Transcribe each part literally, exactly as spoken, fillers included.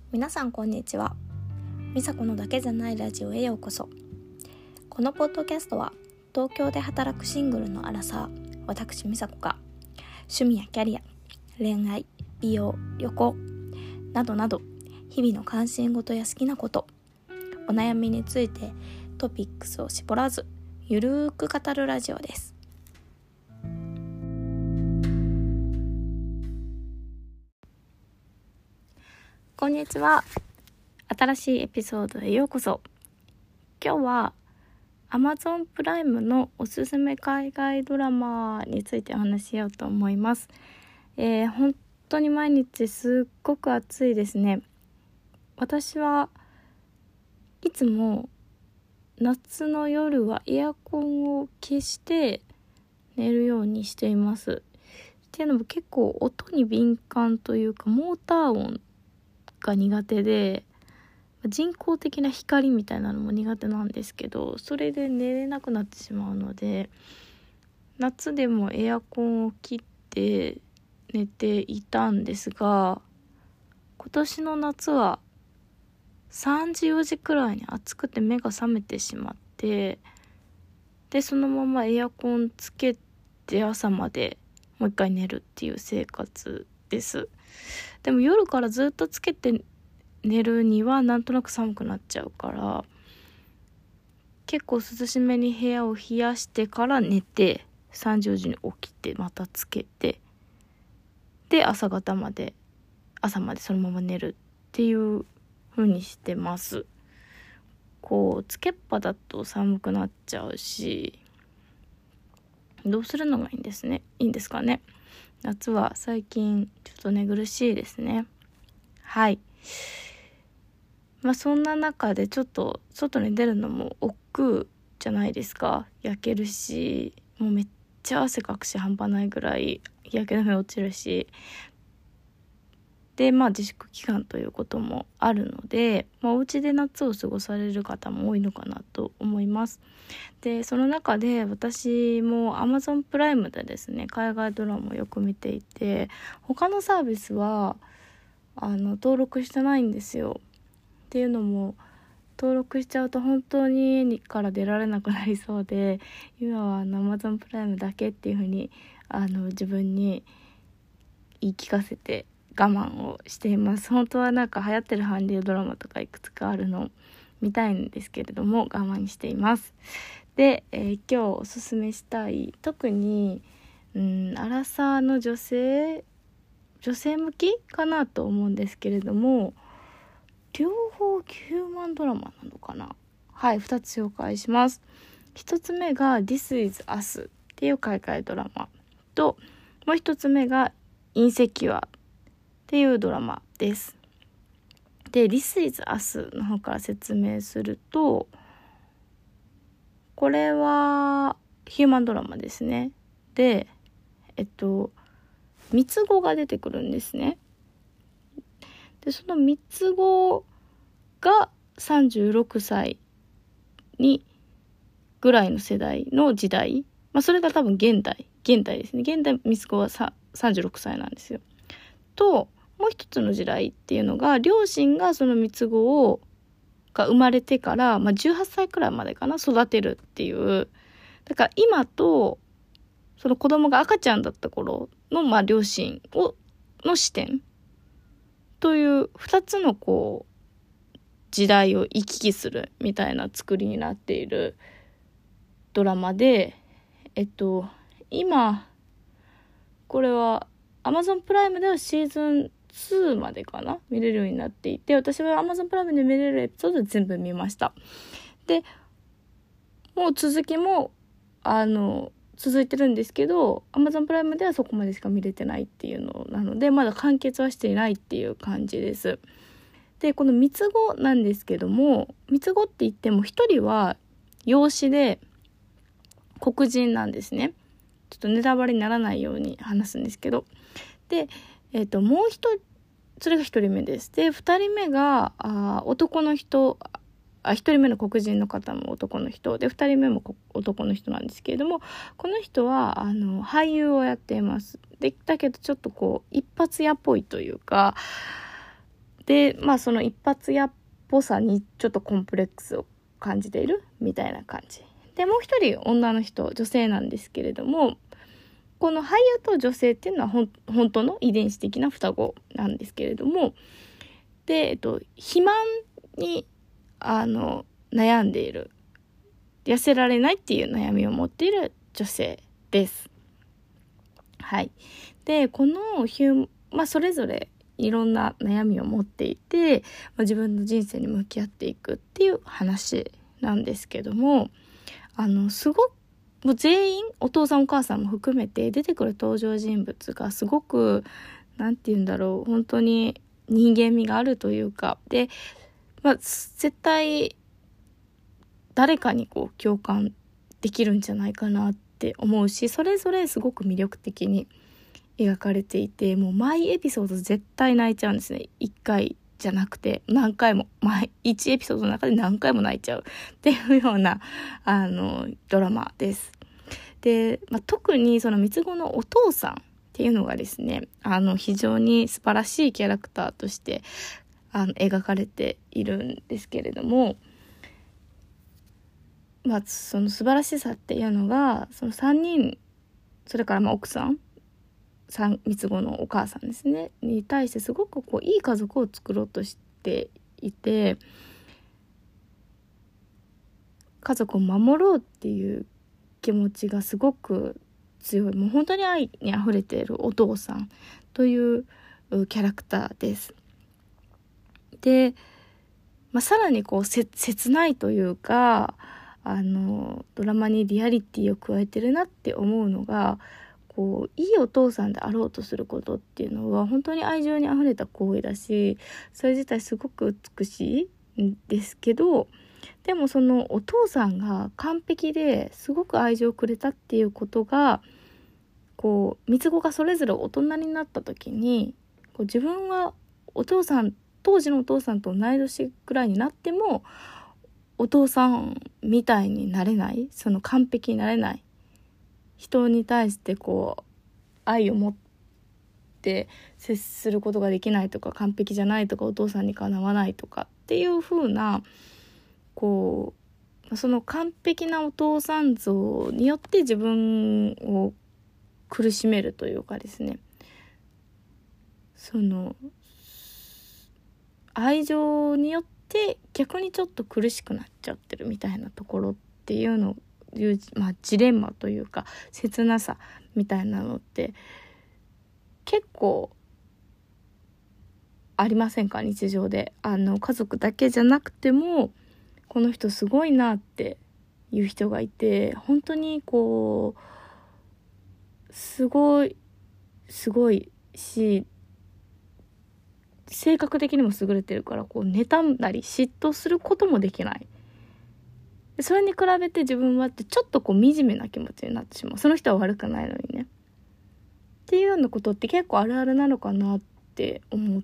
皆さんこんにちは。みさこのだけじゃないラジオへようこそ。このポッドキャストは東京で働くシングルのアラサー私みさこが趣味やキャリア、恋愛、美容、旅行などなど日々の関心事や好きなこと、お悩みについてトピックスを絞らずゆるーく語るラジオです。こんにちは。新しいエピソードへようこそ。今日は Amazon プライムのおすすめ海外ドラマについてお話ししようと思います。えー、本当に毎日すっごく暑いですね。私はいつも夏の夜はエアコンを消して寝るようにしています。っていうのも結構音に敏感というかモーター音が苦手で、人工的な光みたいなのも苦手なんですけど、それで寝れなくなってしまうので、夏でもエアコンを切って寝ていたんですが、今年の夏はさんじよじくらいに暑くて目が覚めてしまって、でそのままエアコンつけて朝までもう一回寝るっていう生活です。でも夜からずっとつけて寝るにはなんとなく寒くなっちゃうから、結構涼しめに部屋を冷やしてから寝て、さんじよじに起きてまたつけて、で朝方まで朝までそのまま寝るっていう風にしてます。こうつけっぱだと寒くなっちゃうし、どうするのがいいんですねいいんですかね。夏は最近ちょっと寝苦しいですね。はい。まあそんな中でちょっと外に出るのも億劫じゃないですか。焼けるし、もうめっちゃ汗かくし半端ないぐらい日焼け止め落ちるし、でまあ自粛期間ということもあるので、まあ、お家で夏を過ごされる方も多いのかなと思います。でその中で私も Amazon プライムでですね、海外ドラマをよく見ていて、他のサービスはあの登録してないんですよ。っていうのも、登録しちゃうと本当に家から出られなくなりそうで、今はあの Amazon プライムだけっていう風にあの自分に言い聞かせて我慢をしています。本当はなんか流行ってる韓流ドラマとかいくつかあるの見たいんですけれども、我慢しています。で、えー、今日おすすめしたい、特にうんアラサーの女性女性向きかなと思うんですけれども、両方ヒューマンドラマなのかな。はい、ふたつ紹介します。ひとつめが This is Us っていう海外ドラマと、もうひとつめがインセキュアっていうドラマです。で This is Us の方から説明すると、これはヒューマンドラマですね。でえっと三つ子が出てくるんですね。でその三つ子がさんじゅうろくさいにぐらいの世代の時代、まあ、それが多分現代現代ですね。現代三つ子はささんじゅうろくさいなんですよ。ともう一つの時代っていうのが、両親がその三つ子をが生まれてから、まあ、じゅうはっさいくらいまでかな、育てるっていう。だから今とその子供が赤ちゃんだった頃の、まあ、両親をの視点という二つのこう時代を行き来するみたいな作りになっているドラマで、えっと今これは Amazon プライムではシーズンツーまでかな見れるようになっていて、私は Amazon プライムで見れるエピソード全部見ました。でもう続きもあの続いてるんですけど、 Amazon プライムではそこまでしか見れてないっていうのなので、まだ完結はしていないっていう感じです。でこの三つ子なんですけども、三つ子って言っても一人は養子で黒人なんですね。ちょっとネタバレにならないように話すんですけど、で、えーと、もう一人、それが一人目です。で二人目があ男の人、あ一人目の黒人の方も男の人で、二人目も男の人なんですけれども、この人はあの俳優をやっています。でだけどちょっとこう一発屋っぽいというかでまあその一発屋っぽさにちょっとコンプレックスを感じているみたいな感じで、もう一人女の人、女性なんですけれども、この俳優と女性っていうのはほん本当の遺伝子的な双子なんですけれども、で、えっと、肥満にあの悩んでいる、痩せられないっていう悩みを持っている女性です。はい。で、このヒュー、まあ、それぞれいろんな悩みを持っていて、まあ、自分の人生に向き合っていくっていう話なんですけども、あのすごくもう全員お父さんお母さんも含めて出てくる登場人物がすごくなんて言うんだろう、本当に人間味があるというかで、まあ、絶対誰かにこう共感できるんじゃないかなって思うし、それぞれすごく魅力的に描かれていて、もう毎エピソード絶対泣いちゃうんですね。いっかいじゃなくて何回も、毎いちエピソードの中で何回も泣いちゃうっていうようなあのドラマです。で、まあ、特にその三つ子のお父さんっていうのがですね、あの非常に素晴らしいキャラクターとしてあの描かれているんですけれども、まあ、その素晴らしさっていうのが、そのさんにん、それからまあ奥さん三つ子のお母さんですねに対してすごくこういい家族を作ろうとしていて、家族を守ろうっていう気持ちがすごく強い、もう本当に愛にあふれているお父さんというキャラクターです。で、まあ、さらにこうせ切ないというか、あのドラマにリアリティを加えてるなって思うのが、こういいお父さんであろうとすることっていうのは本当に愛情にあふれた行為だし、それ自体すごく美しいんですけど、でもそのお父さんが完璧ですごく愛情をくれたっていうことが、こう三つ子がそれぞれ大人になった時に、こう自分はお父さん、当時のお父さんと同い年くらいになってもお父さんみたいになれない、その完璧になれない、人に対してこう愛を持って接することができないとか、完璧じゃないとか、お父さんにかなわないとかっていう風な、こうその完璧なお父さん像によって自分を苦しめるというかですね、その愛情によって逆にちょっと苦しくなっちゃってるみたいなところっていうのいう、まあ、ジレンマというか切なさみたいなのって結構ありませんか？日常で。あの家族だけじゃなくても、この人すごいなっていう人がいて、本当にこうすごいすごいし、性格的にも優れてるから、こう妬んだり嫉妬することもできない。それに比べて自分はってちょっとこう惨めな気持ちになってしまう。その人は悪くないのにねっていうようなことって結構あるあるなのかなって思って、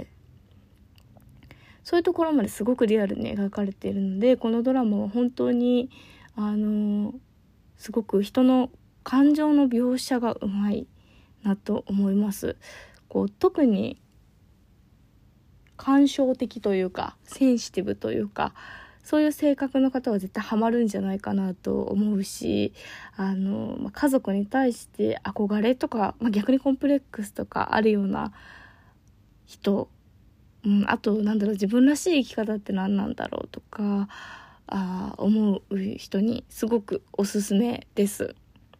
そういうところまですごくリアルに描かれているので、このドラマは本当にあのすごく人の感情の描写がうまいなと思います。こう特に感傷的というかセンシティブというか、そういう性格の方は絶対ハマるんじゃないかなと思うし、あの、まあ、家族に対して憧れとか、まあ、逆にコンプレックスとかあるような人、うん、あとなんだろう、自分らしい生き方って何なんだろうとかあ思う人にすごくおすすめです。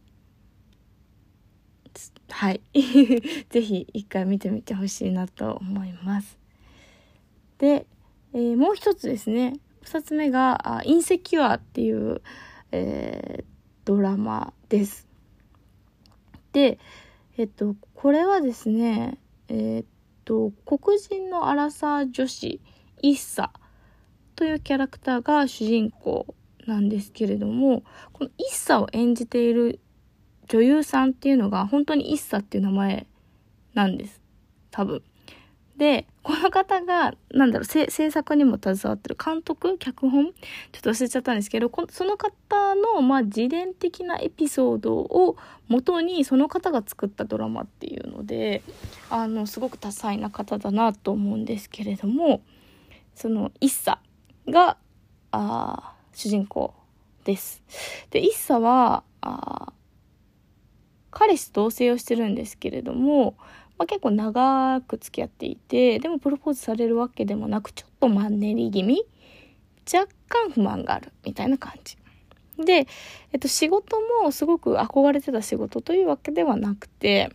はいぜひ一回見てみてほしいなと思います。で、えー、もう一つですね、二つ目がインセキュアっていう、えー、ドラマです。で、えっとこれはですね、えー、っと黒人のアラサー女子イッサというキャラクターが主人公なんですけれども、このイッサを演じている女優さんっていうのが本当にイッサっていう名前なんです、多分。 でこの方がなんだろう制作にも携わってる監督脚本ちょっと忘れちゃったんですけど、その方のまあ自伝的なエピソードを元にその方が作ったドラマっていうので、あのすごく多彩な方だなと思うんですけれども、その一茶があ主人公です。で一茶はあ彼氏と同棲をしてるんですけれども、まあ、結構長く付き合っていて、でもプロポーズされるわけでもなく、ちょっとマンネリ気味、若干不満があるみたいな感じで、えっと、仕事もすごく憧れてた仕事というわけではなくて、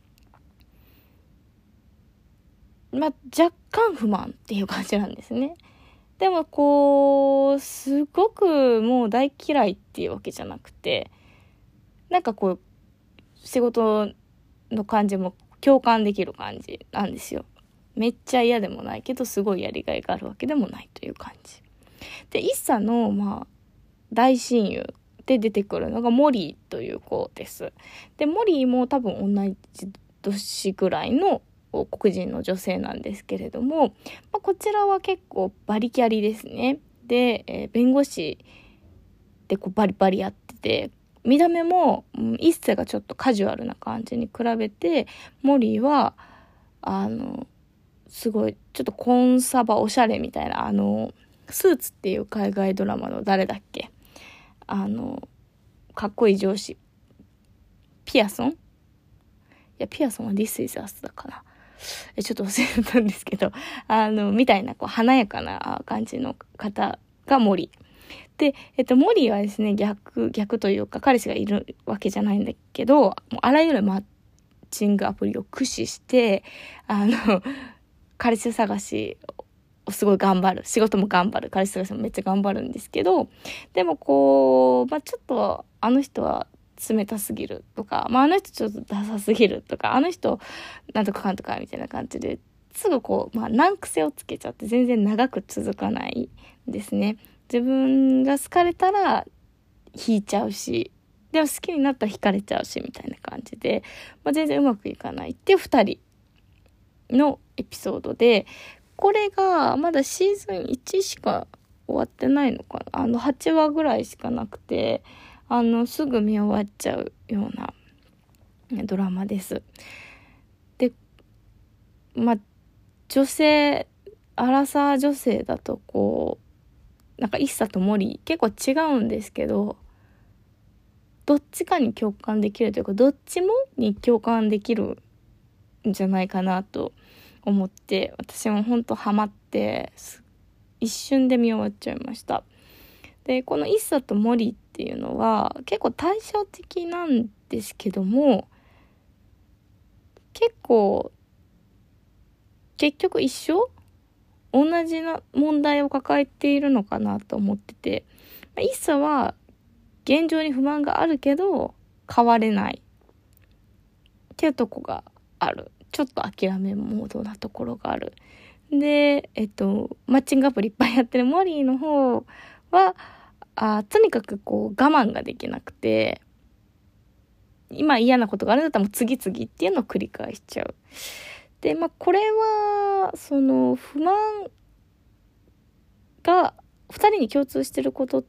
まあ、若干不満っていう感じなんですね。でもこうすごくもう大嫌いっていうわけじゃなくて、なんかこう仕事の感じも共感できる感じなんですよ。めっちゃ嫌でもないけどすごいやりがいがあるわけでもないという感じで、一茶のまあ大親友で出てくるのがモリーという子です。でモリーも多分同じ年ぐらいの黒人の女性なんですけれども、まあ、こちらは結構バリキャリですね。で、えー、弁護士でこうバリバリやってて、見た目も、うん、一世がちょっとカジュアルな感じに比べて、モリーはあのすごいちょっとコンサバおしゃれみたいな、あのスーツっていう海外ドラマの誰だっけ、あのかっこいい上司ピアソン、いやピアソンは This is Us だかな、えちょっと忘れたんですけど、あのみたいなこう華やかな感じの方がモリーで、えっと、モリーはですね、逆、逆というか、彼氏がいるわけじゃないんだけど、もうあらゆるマッチングアプリを駆使して、あの、彼氏探しをすごい頑張る。仕事も頑張る。彼氏探しもめっちゃ頑張るんですけど、でもこう、まあちょっと、あの人は冷たすぎるとか、まああの人ちょっとダサすぎるとか、あの人、なんとかかんとかみたいな感じで、すぐこう、まあ難癖をつけちゃって全然長く続かないんですね。自分が好かれたら引いちゃうし、でも好きになったら惹かれちゃうしみたいな感じで、まあ、全然うまくいかないっていうふたりのエピソードで、これがまだシーズンいちしか終わってないのかな、あのはちわぐらいしかなくて、あのすぐ見終わっちゃうようなドラマです。で、まあ女性アラサー女性だとこうなんか一茶とモリー結構違うんですけど、どっちかに共感できるというか、どっちもに共感できるんじゃないかなと思って、私も本当ハマって一瞬で見終わっちゃいました。でこの一茶とモリーっていうのは結構対照的なんですけども、結構結局一緒同じな問題を抱えているのかなと思ってて、一茶は現状に不満があるけど変われないっていうとこがある。ちょっと諦めモードなところがある。で、えっとマッチングアプリいっぱいやってるモリーの方はあとにかくこう我慢ができなくて、今嫌なことがあるんだったらもう次々っていうのを繰り返しちゃう。で、まあこれはその不満がふたりに共通してることって、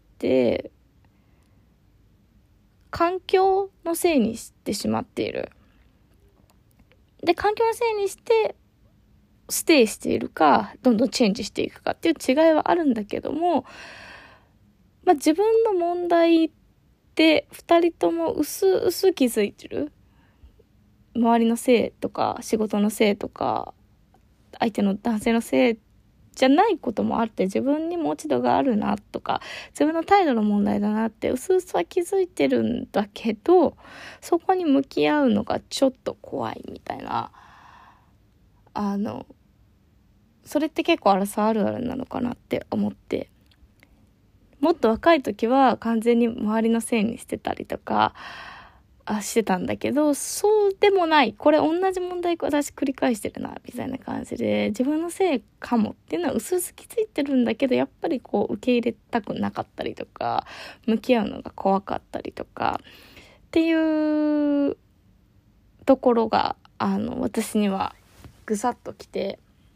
環境のせいにしてしまっている。で、環境のせいにしてステイしているか、どんどんチェンジしていくかっていう違いはあるんだけども、まあ自分の問題ってふたりとも薄々気づいてる。周りのせいとか仕事のせいとか相手の男性のせいじゃないこともあって、自分にも落ち度があるなとか自分の態度の問題だなって薄々は気づいてるんだけど、そこに向き合うのがちょっと怖いみたいな、あのそれって結構アラサーあるあるなのかなって思って、もっと若い時は完全に周りのせいにしてたりとかあしてたんだけど、そうでもない、これ同じ問題私繰り返してるなみたいな感じで、自分のせいかもっていうのは薄々気づいてるんだけど、やっぱりこう受け入れたくなかったりとか、向き合うのが怖かったりとかっていうところがあの私にはぐさっときて、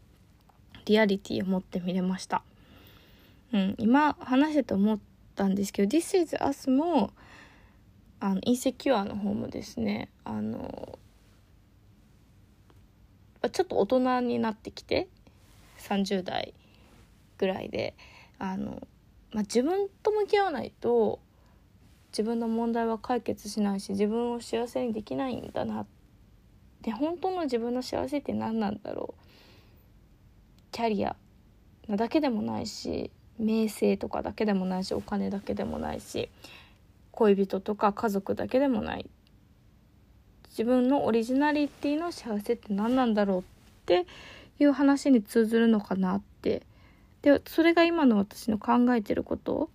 リアリティを持って見れました。うん、今話してて思ったんですけど This is Us もあのインセキュアの方もですね、あのちょっと大人になってきてさんじゅう代ぐらいであの、まあ、自分と向き合わないと自分の問題は解決しないし、自分を幸せにできないんだなって、本当の自分の幸せって何なんだろう、キャリアなだけでもないし、名声とかだけでもないし、お金だけでもないし、恋人とか家族だけでもない、自分のオリジナリティの幸せって何なんだろうっていう話に通ずるのかなって。でそれが今の私の考えてること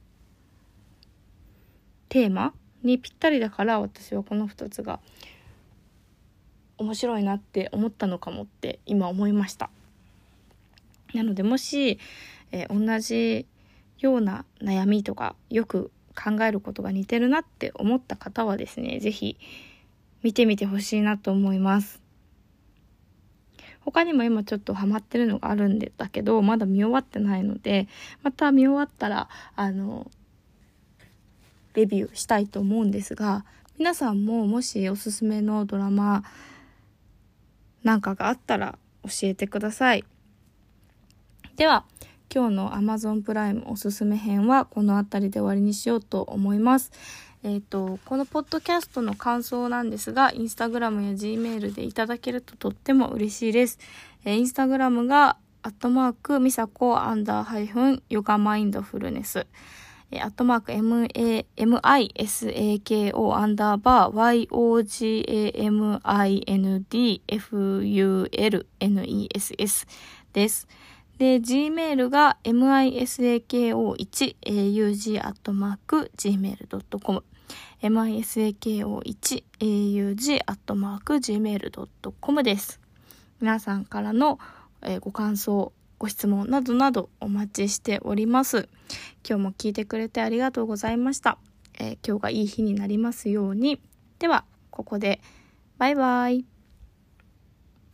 テーマにぴったりだから、私はこのふたつが面白いなって思ったのかもって今思いました。なのでもし、えー、同じような悩みとかよく考えることが似てるなって思った方はですね、ぜひ見てみてほしいなと思います。他にも今ちょっとハマってるのがあるんだけど、まだ見終わってないので、また見終わったらあのレビューしたいと思うんですが、皆さんももしおすすめのドラマなんかがあったら教えてください。では今日の Amazon プライムおすすめ編はこのあたりで終わりにしようと思います。えっと、このポッドキャストの感想なんですが、インスタグラムや Gmail でいただけるととっても嬉しいです。えー、インスタグラムがアットマークミサコアンダーハイフンヨガマインドフルネス、アットマーク MISAKO アンダーバー YOGAMINDFULNESS です。で、Gmail が ミサコワン アットマーク ジーメールドットコム ミサコワン アットマーク ジーメールドットコム です。皆さんからの、えー、ご感想、ご質問などなどお待ちしております。今日も聞いてくれてありがとうございました。えー、今日がいい日になりますように。では、ここでバイバイ。